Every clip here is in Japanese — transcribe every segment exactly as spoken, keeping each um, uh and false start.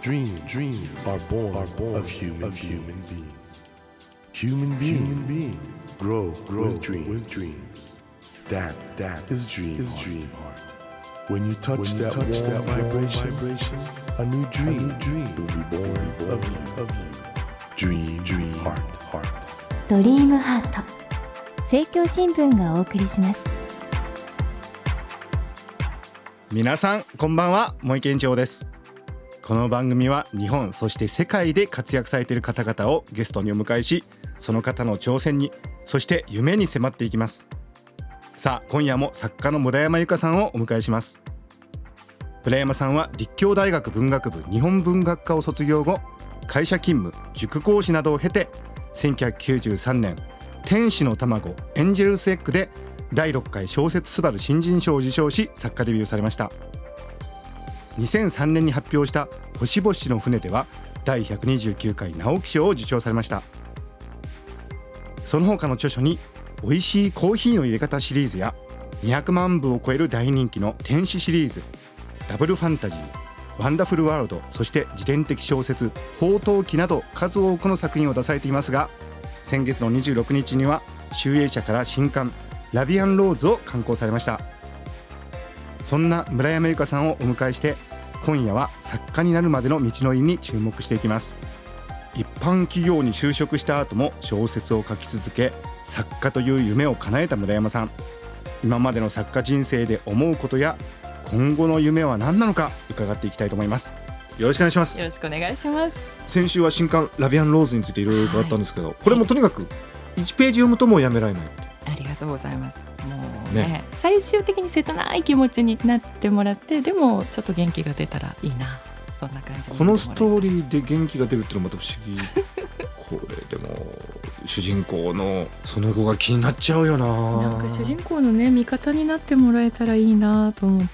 Dream, dreams are born, are born of human, of human beings. Human beings, human beings grow, grow with, dream, with dreams. That, that is dream, is dream heart. When you touch, when you that, touch warm, that vibration, vibration, a new dream, a new dream will be born, born of you, of you. Dream, dream heart, heart. ドリームハート政教新聞がお送りします。 皆さんこんばんは、萌池園長です。この番組は日本そして世界で活躍されている方々をゲストにお迎えし、その方の挑戦にそして夢に迫っていきます。さあ今夜も作家の村山由佳さんをお迎えします。村山さんは立教大学文学部日本文学科を卒業後、会社勤務塾講師などを経てせんきゅうひゃくきゅうじゅうさんねん天使の卵エンジェルスエッグでだいろっかい小説すばる新人賞を受賞し作家デビューされました。にせんさんねんに発表した星々の船ではだいひゃくにじゅうきゅうかい直木賞を受賞されました。その他の著書に美味しいコーヒーの入れ方シリーズやにひゃくまんぶを超える大人気の天使シリーズ、ダブルファンタジー、ワンダフルワールド、そして自伝的小説宝刀記など数多くの作品を出されていますが、先月のにじゅうろくにちには集英社から新刊ラビアンローズを刊行されました。そんな村山由佳さんをお迎えして、今夜は作家になるまでの道のりに注目していきます。一般企業に就職した後も小説を書き続け、作家という夢を叶えた村山さん、今までの作家人生で思うことや今後の夢は何なのか伺っていきたいと思います。よろしくお願いします。 よろしくお願いします。 先週は新刊ラビアンローズについていろいろ伺ったんですけど、はい、これもとにかくいちページ読むともうやめられない。 ありがとうございます。もう ね, ね最終的に切ない気持ちになってもらって、でもちょっと元気が出たらいいな、そんな感じ。 このストーリーで元気が出るっていうのはまた不思議これでも主人公のその後が気になっちゃうよな。 なんか主人公のね味方になってもらえたらいいなと思って、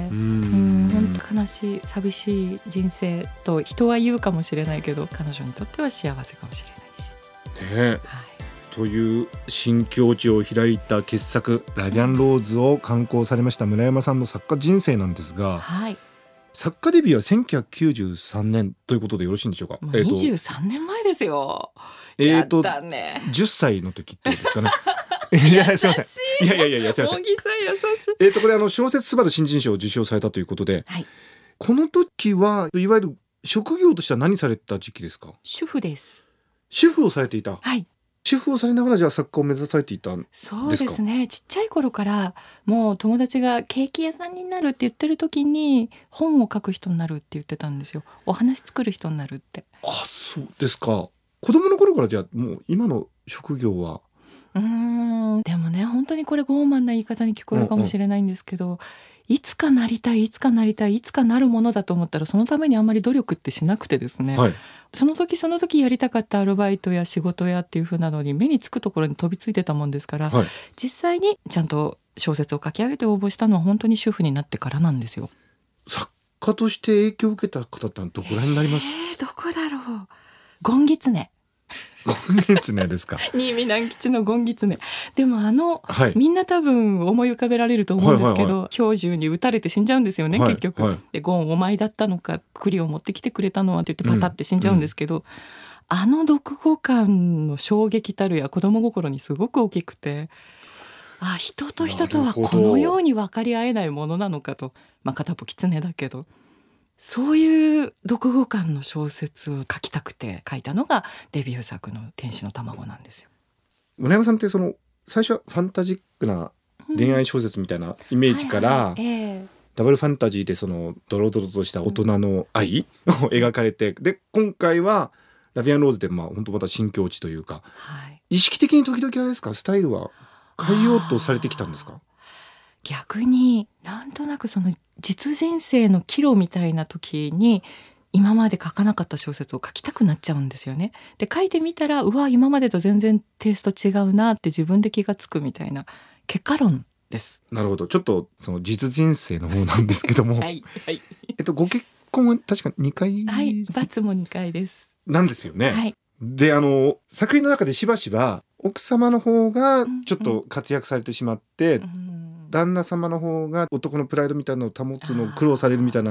うん本当悲しい寂しい人生と人は言うかもしれないけど、彼女にとっては幸せかもしれないしね、はい、という新境地を開いた傑作ラビアンローズを刊行されました村山さんの作家人生なんですが、はい、作家デビューはせんきゅうひゃくきゅうじゅうさんねんということでよろしいんでしょうか。 もうにじゅうさんねんまえですよ。 えー、 やったね。 じゅっさいの時ってことですかねいやすいませんいやいやいやいやすいません。 大木さん優しい。 えーとこれあの小説すばる新人賞を受賞されたということで、はい、この時はいわゆる職業としては何された時期ですか。 主婦です。 主婦をされていた。 はい。 主婦をされながらじゃあ作家を目指されていたんですか。 そうですね。ちっちゃい頃からもう友達がケーキ屋さんになるって言ってる時に本を書く人になるって言ってたんですよ。お話作る人になるって。 あ、そうですか。子供の頃からじゃあもう今の職業は。 うーんでもね本当にこれ傲慢な言い方に聞こえるかもしれないんですけど、うんうん、いつかなりたいいつかなりたいいつかなるものだと思ったらそのためにあんまり努力ってしなくてですね、はい、その時その時やりたかったアルバイトや仕事やっていう風なのに目につくところに飛びついてたもんですから、はい、実際にちゃんと小説を書き上げて応募したのは本当に主婦になってからなんですよ。 作家として影響を受けた方ってどこら辺になります。 えー、どこだろう。ゴンギツネゴンギツネですか。 新見南吉のゴンギツネ。でもあの、はい、みんな多分思い浮かべられると思うんですけど、はいはいはい、標銃に撃たれて死んじゃうんですよね、はい、結局、はい、でゴンお前だったのか栗を持ってきてくれたのはって言ってパタって死んじゃうんですけど、うんうん、あの読後感の衝撃たるや子供心にすごく大きくて、あ人と人とはこのように分かり合えないものなのかと、まあ、片っぽ狐だけどそういう読後感の小説を書きたくて書いたのがデビュー作の天使の卵なんですよ。 村山さんってその最初はファンタジックな恋愛小説みたいなイメージから、うんはいはいえー、ダブルファンタジーでそのドロドロとした大人の愛を描かれて、で今回はラビアンローズでまあ本当また新境地というか、はい、意識的に時々あれですか、スタイルは変えようとされてきたんですか。 逆になんとなくその実人生の岐路みたいな時に今まで書かなかった小説を書きたくなっちゃうんですよね。で書いてみたらうわ今までと全然テイスト違うなって自分で気がつくみたいな結果論です。 なるほど。ちょっとその実人生の方なんですけどもはい、はい、えっとご結婚は確かにかいはいバツもにかいですなんですよね、はい、であの作品の中でしばしば奥様の方がちょっと活躍されてしまって、うんうん、旦那様の方が男のプライドみたいなのを保つのを苦労されるみたいな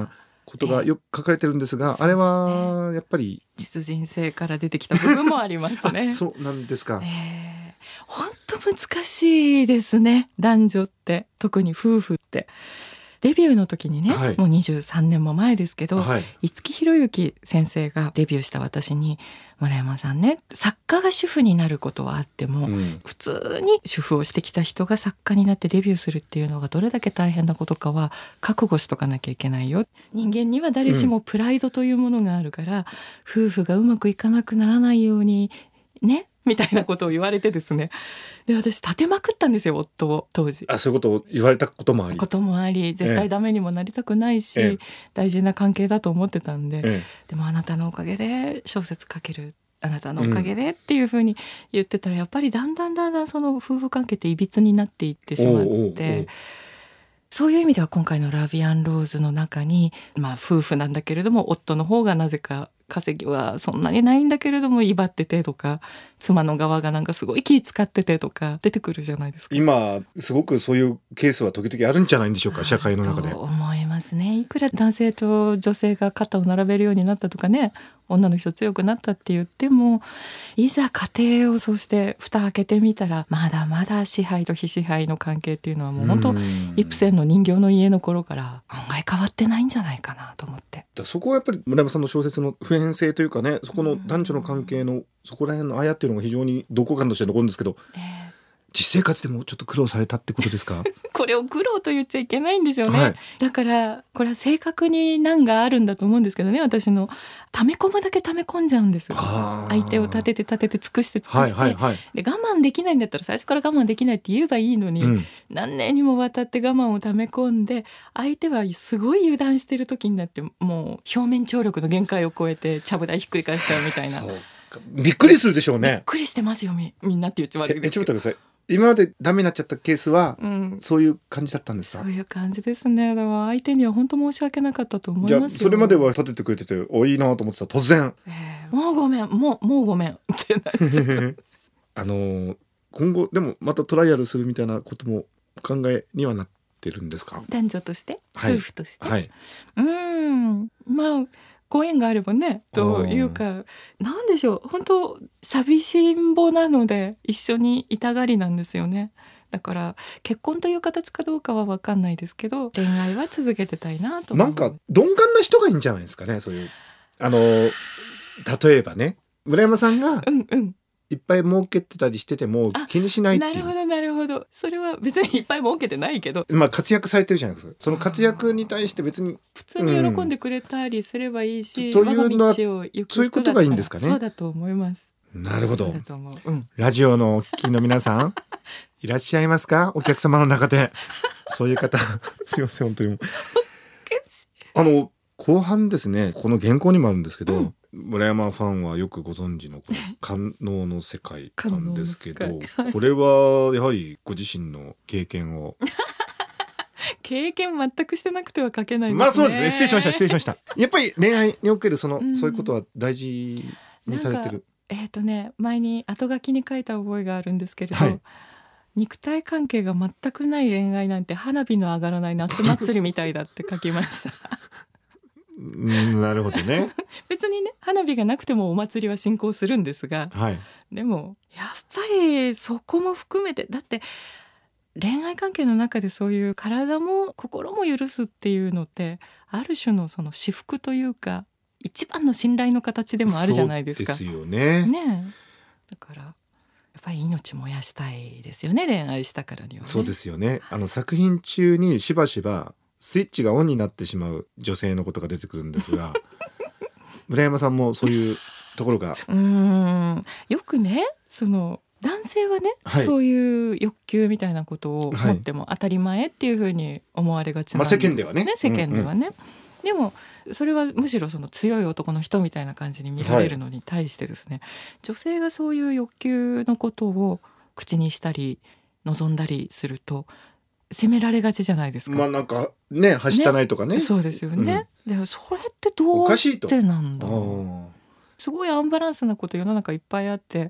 ことがよく書かれてるんですが、えー、あれはやっぱり実人性から出てきた部分もありますねそうなんですか。 えー、本当難しいですね、男女って、特に夫婦って。デビューの時にね、はい、もうにじゅうさんねんも前ですけど、はい、五木ひろゆき先生がデビューした私に、村山さんね、作家が主婦になることはあっても、うん、普通に主婦をしてきた人が作家になってデビューするっていうのがどれだけ大変なことかは覚悟しとかなきゃいけないよ。人間には誰しもプライドというものがあるから、うん、夫婦がうまくいかなくならないようにねみたいなことを言われてですね、で私立てまくったんですよ、夫を当時。 あ、そういうことを言われたこともありこともあり、絶対ダメにもなりたくないし、ええ、大事な関係だと思ってたんで、ええ、でもあなたのおかげで小説書ける、あなたのおかげでっていうふうに言ってたら、やっぱりだんだんだんだんその夫婦関係っていびつになっていってしまって、おうおうおう、そういう意味では今回のラビアンローズの中に、まあ夫婦なんだけれども夫の方がなぜか稼ぎはそんなにないんだけれども威張っててとか、妻の側がなんかすごい気使っててとか出てくるじゃないですか。 今すごくそういうケースは時々あるんじゃないんでしょうか、社会の中で。 と思いますね。いくら男性と女性が肩を並べるようになったとかね、女の人強くなったって言っても、いざ家庭をそうして蓋開けてみたら、まだまだ支配と非支配の関係っていうのはもう本当イプセンの人形の家の頃から案外変わってないんじゃないかなと思って。 そこはやっぱり村山さんの小説の普遍性というかね、そこの男女の関係のそこら辺のあやっていうのが非常に同好感として残るんですけど、えー、実生活でもちょっと苦労されたってことですか？ これを苦労と言っちゃいけないんでしょうね、はい、だからこれは正確に難があるんだと思うんですけどね、私の溜め込むだけ溜め込んじゃうんです。相手を立てて立てて尽くして尽くして、はいはいはい、で我慢できないんだったら最初から我慢できないって言えばいいのに、うん、何年にもわたって我慢を溜め込んで、相手はすごい油断してる時になってもう表面張力の限界を超えてちゃぶ台ひっくり返しちゃうみたいな。 びっくりするでしょうね。びっくりしてますよ み, みんなって言っちゃ悪いですけど。 えちょっと待ってください。今までダメになっちゃったケースは、うん、そういう感じだったんですか？ そういう感じですね。だから相手には本当申し訳なかったと思いますよ。 じゃあそれまでは立ててくれてておいいなと思ってた突然、 えー、もうごめんもうもうごめんってなっちゃうあの今後でもまたトライアルするみたいなことも考えにはなってるんですか？ 男女として、はい、夫婦として、 はい、 うーんまあご縁があればねというか、なんでしょう、本当寂しんぼなので一緒にいたがりなんですよね。だから結婚という形かどうかは分かんないですけど、恋愛は続けてたいなと思う。 なんか鈍感な人がいいんじゃないですかね。そういうあの例えばね、村山さんがうんうんいっぱい儲けてたりしてても気にしないっていう。 なるほどなるほど。それは別にいっぱい儲けてないけど、 まあ活躍されてるじゃないですか。その活躍に対して別に普通に喜んでくれたりすればいいし、 うん、というのはそういうことがいいんですかね。 そうだと思います。 なるほど。 そうだと思う、うん、 ラジオのお聞きの皆さんいらっしゃいますか？お客様の中でそういう方すいません本当にあの後半ですね、この原稿にもあるんですけど、うん、村山ファンはよくご存知のこの官能の世界なんですけど、はい、これはやはりご自身の経験を経験全くしてなくては書けないですね。 まあそうですね、失礼しました失礼しましたやっぱり恋愛におけるその、うん、そういうことは大事にされてる。 えーとね、前に後書きに書いた覚えがあるんですけれど、はい、肉体関係が全くない恋愛なんて花火の上がらない夏祭りみたいだって書きましたうんなるほどね別にね花火がなくてもお祭りは進行するんですが、はい、でもやっぱりそこも含めて、だって恋愛関係の中でそういう体も心も許すっていうのってある種のその至福というか一番の信頼の形でもあるじゃないですか。 そうですよね。 ねえ、だからやっぱり命燃やしたいですよね、恋愛したからにはね。 そうですよね。あの作品中にしばしばスイッチがオンになってしまう女性のことが出てくるんですが村山さんもそういうところがうーんよくね、その男性はね、はい、そういう欲求みたいなことを持っても当たり前っていうふうに思われがちなんです、 まあ、世間ではね世間ではね、うんうんでもそれはむしろその強い男の人みたいな感じに見られるのに対してですね、はい、女性がそういう欲求のことを口にしたり望んだりすると責められがちじゃないですか。 まあなんかね、はしたないとかね。 そうですよね、うん、でそれってどうしてなんだろう。すごいアンバランスなこと世の中いっぱいあって、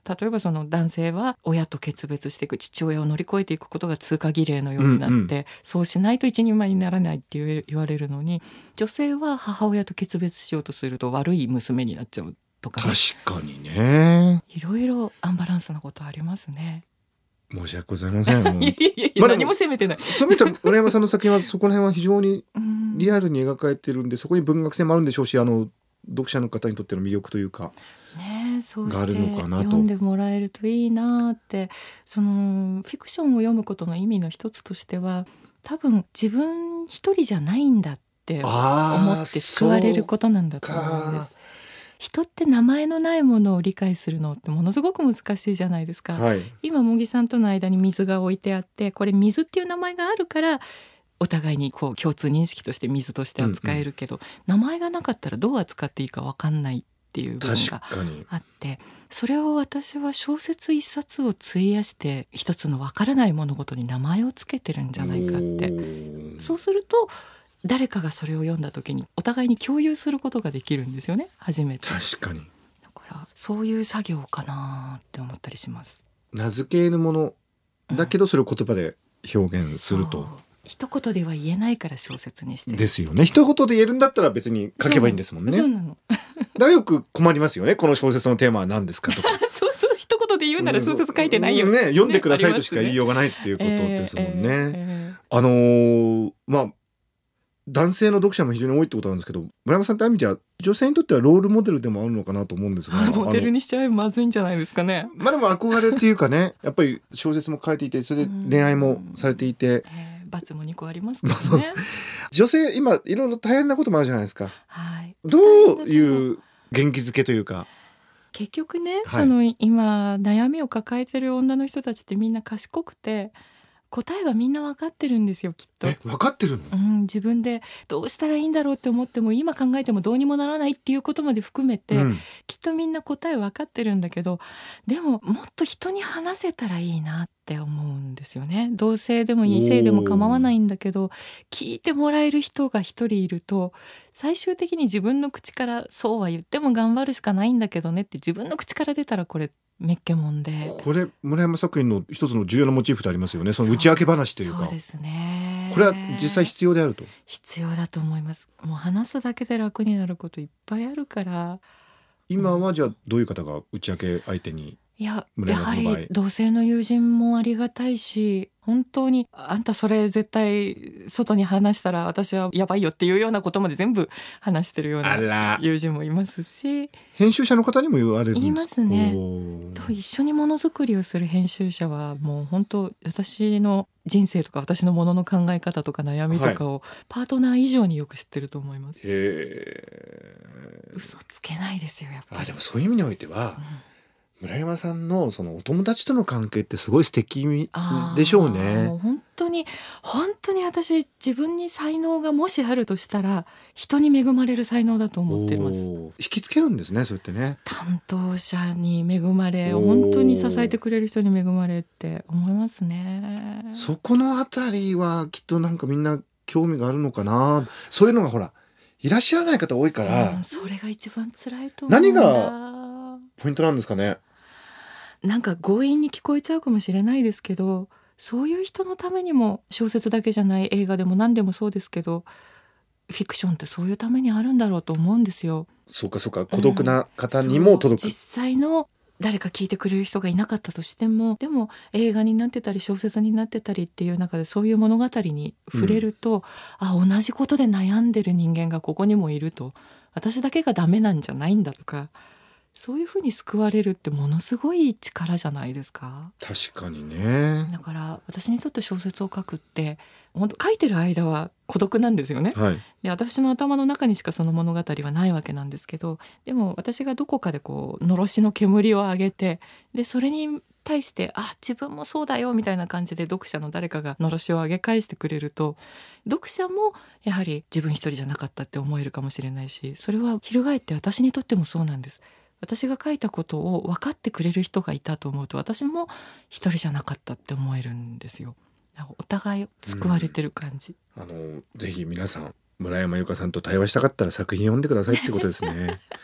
例えばその男性は親と決別していく、父親を乗り越えていくことが通過儀礼のようになって、うんうん、そうしないと一人前にならないって言われるのに、女性は母親と決別しようとすると悪い娘になっちゃうとか、ね、 確かにね、 いろいろアンバランスなことありますね。 申し訳ございません。 いやいやいや、まあ、何も責めてない。 そう見た村山さんの作品はそこら辺は非常にリアルに描かれてるんで、そこに文学性もあるんでしょうし、あの読者の方にとっての魅力というか、 ね、そうして読んでもらえるといいなって。そのフィクションを読むことの意味の一つとしては、多分自分一人じゃないんだって思って救われることなんだと思うんです。人って名前のないものを理解するのってものすごく難しいじゃないですか、はい、今茂木さんとの間に水が置いてあって、これ水っていう名前があるからお互いにこう共通認識として水として扱えるけど、うんうん、名前がなかったらどう扱っていいか分かんないっていう部分があって、それを私は小説一冊を費やして一つの分からない物事に名前をつけてるんじゃないかって。そうすると誰かがそれを読んだ時にお互いに共有することができるんですよね、初めて。 確かに。 だからそういう作業かなって思ったりします。 名付けるものだけどそれを言葉で表現すると、うん、 一言では言えないから小説にしてるですよね。一言で言えるんだったら別に書けばいいんですもんね。 そうなのだからよく困りますよね、この小説のテーマは何ですかとかそうそう、一言で言うなら小説書いてないよ、 うんね、読んでくださいとしか言いようがないっていうことですもんね、えーえー、あのー、まあ男性の読者も非常に多いってことなんですけど、村山さんってある意味では女性にとってはロールモデルでもあるのかなと思うんですが、 モデルにしちゃえばまずいんじゃないですかね。 まあでも憧れっていうかねやっぱり小説も書いていて、それで恋愛もされていて、 えー、罰もにこありますからね女性今いろいろ大変なこともあるじゃないですか、 はい、 どういう元気づけというか。 結局ね、はい、その今悩みを抱えてる女の人たちってみんな賢くて、答えはみんな分かってるんですよ、きっと。 え、分かってるの？ うん、自分でどうしたらいいんだろうって思っても今考えてもどうにもならないっていうことまで含めて、うん、きっとみんな答え分かってるんだけど、でももっと人に話せたらいいなって思うんですよね。同性でも異性でも構わないんだけど、聞いてもらえる人が一人いると最終的に自分の口からそうは言っても頑張るしかないんだけどねって自分の口から出たらこれめっけもんで、 これ村山作品の一つの重要なモチーフでありますよね、その打ち明け話というか。 そうですね、 これは実際必要であると。 必要だと思います。もう話すだけで楽になることいっぱいあるから。 今はじゃあどういう方が打ち明け相手に？ いや、やはり同性の友人もありがたいし、本当にあんたそれ絶対外に話したら私はやばいよっていうようなことまで全部話してるような友人もいますし、 編集者の方にも言われるんですか？ 言いますね。と一緒にものづくりをする編集者はもう本当私の人生とか私のものの考え方とか悩みとかをパートナー以上によく知ってると思います、はい、へー、嘘つけないですよやっぱり。 あ、でもそういう意味においては、うん、村山さんのそのお友達との関係ってすごい素敵でしょうね。 もう本当に本当に私自分に才能がもしあるとしたら人に恵まれる才能だと思っています。 引きつけるんですね、そうやってね。 担当者に恵まれ、本当に支えてくれる人に恵まれって思いますね。 そこのあたりはきっとなんかみんな興味があるのかな。そういうのがほらいらっしゃらない方多いから、 うん、それが一番辛いと思うんだ。 何がポイントなんですかね。 なんか強引に聞こえちゃうかもしれないですけど、そういう人のためにも小説だけじゃない映画でも何でもそうですけど、フィクションってそういうためにあるんだろうと思うんですよ。 そうかそうか、孤独な方にも届く、 うん、実際の誰か聞いてくれる人がいなかったとしても、でも映画になってたり小説になってたりっていう中でそういう物語に触れると、うん、あ、同じことで悩んでる人間がここにもいると、私だけがダメなんじゃないんだとか、そういうふうに救われるってものすごい力じゃないですか。 確かにね。 だから私にとって小説を書くって本当書いてる間は孤独なんですよね、はい、で私の頭の中にしかその物語はないわけなんですけど、でも私がどこかでこうのろしの煙を上げて、でそれに対してあ自分もそうだよみたいな感じで読者の誰かがのろしを上げ返してくれると、読者もやはり自分一人じゃなかったって思えるかもしれないし、それは翻って私にとってもそうなんです。私が書いたことを分かってくれる人がいたと思うと、私も一人じゃなかったって思えるんですよ。お互い救われてる感じ、 うん、あのぜひ皆さん村山由佳さんと対話したかったら作品読んでくださいってことですね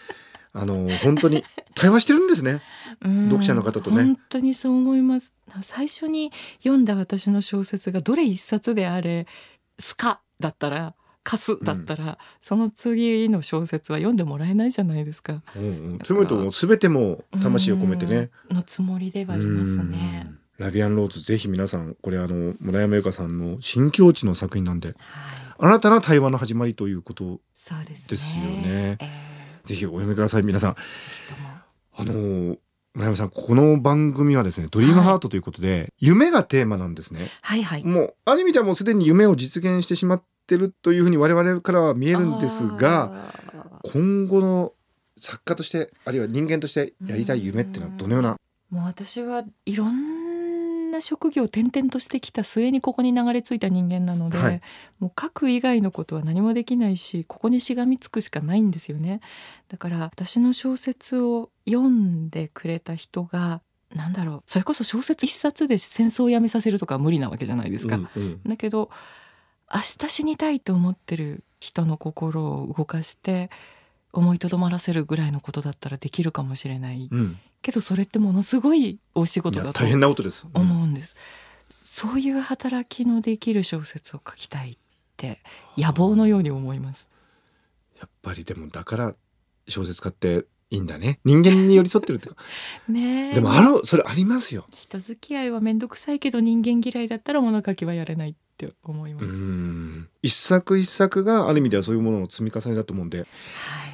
あの本当に対話してるんですね読者の方とね。 本当にそう思います。最初に読んだ私の小説がどれ一冊であれスカだったらカスだったら、うん、その次の小説は読んでもらえないじゃないですか。 うんうん、そういうと全ても魂を込めてねのつもりではいますね。 ラビアンローズぜひ皆さんこれあの村山由佳さんの新境地の作品なんで、はい、新たな対話の始まりということですよね。えー、ぜひお読みください皆さん。あの村山さんこの番組はですねドリームハートということで、はい、夢がテーマなんですね。 はいはい、 もうある意味ではもうすでに夢を実現してしまってるというふうに我々からは見えるんですが、今後の作家としてあるいは人間としてやりたい夢っていうのはどのような。 もう私はいろんな職業を転々としてきた末にここに流れ着いた人間なので、はい、もう書く以外のことは何もできないしここにしがみつくしかないんですよね。だから私の小説を読んでくれた人がなんだろうそれこそ小説一冊で戦争をやめさせるとかは無理なわけじゃないですか、うんうん、だけど明日死にたいと思ってる人の心を動かして思いとどまらせるぐらいのことだったらできるかもしれない、うん、けどそれってものすごいお仕事だと大変なことです、 思うんです、うん、そういう働きのできる小説を書きたいって野望のように思います。 やっぱりでもだから小説家っていいんだね。人間に寄り添ってるっていうかね。でもあのそれありますよ。 人付き合いはめんどくさいけど人間嫌いだったら物書きはやれないって思います。うーん一作一作がある意味ではそういうものの積み重ねだと思うんで、はい、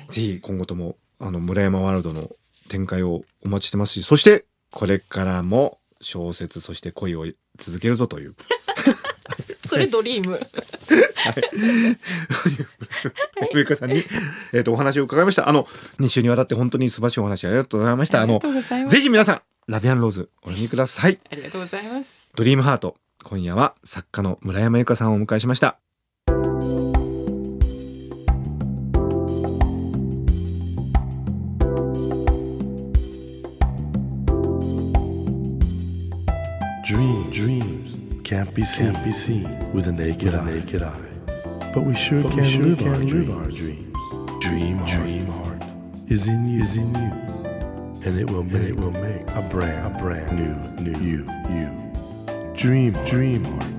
ぜひ今後ともあの村山ワールドの展開をお待ちしてますし、そしてこれからも小説そして恋を続けるぞというそれドリーム上川さんに、えー、とお話を伺いました。あのに週にわたって本当に素晴らしいお話ありがとうございました。あのぜひ皆さんラビアンローズお読みください。 ありがとうございます。 ドリームハート今夜は作家の村山由佳さんをお迎えしました。 Dreams, dreams can't be seen, can't be seen with a naked, with a naked eye. eye. But we sure, but can, we sure live, can our live our dreams. Dream, dream heart is in you, is in you, and it will make, and it will make a brand, a brand new, new you, you. Dream, dream heart.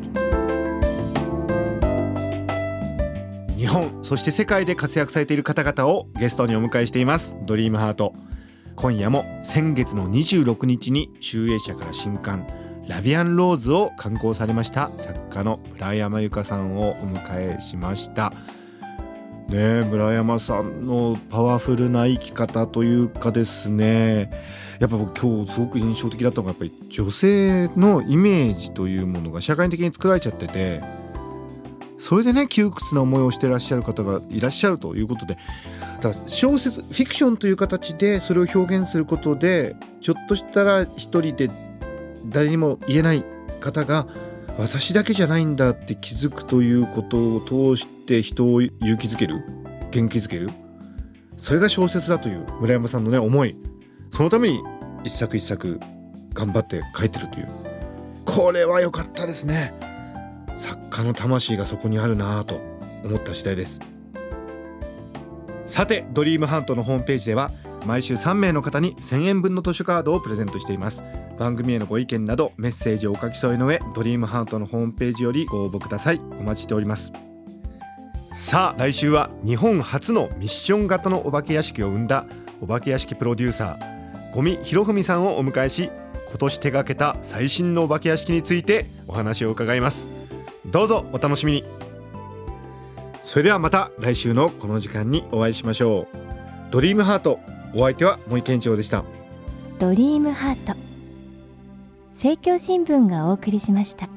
日本そして世界で活躍されている方々をゲストにお迎えしていますドリームハート。今夜も先月のにじゅうろくにちに集英社から新刊ラビアンローズを刊行されました作家の村山由佳さんをお迎えしましたね。村山さんのパワフルな生き方というかですね、やっぱ僕今日すごく印象的だったのがやっぱり女性のイメージというものが社会的に作られちゃってて、それでね窮屈な思いをしていらっしゃる方がいらっしゃるということで、だから小説フィクションという形でそれを表現することでひょっとしたら一人で誰にも言えない方が私だけじゃないんだって気づくということを通して人を勇気づける元気づける、それが小説だという村山さんのね思い、そのために一作一作頑張って書いてるという、これは良かったですね。作家の魂がそこにあるなと思った次第です。さてドリームハートのホームページでは毎週さんめいの方にせんえんぶんの図書カードをプレゼントしています。番組へのご意見などメッセージをお書き添えの上ドリームハートのホームページよりご応募ください。お待ちしております。さあ来週は日本初のミッション型のお化け屋敷を生んだお化け屋敷プロデューサー五味博文さんをお迎えし、今年手掛けた最新のお化け屋敷についてお話を伺います。どうぞお楽しみに。それではまた来週のこの時間にお会いしましょう。ドリームハート、お相手は森健一郎でした。 ドリームハート、政教新聞がお送りしました。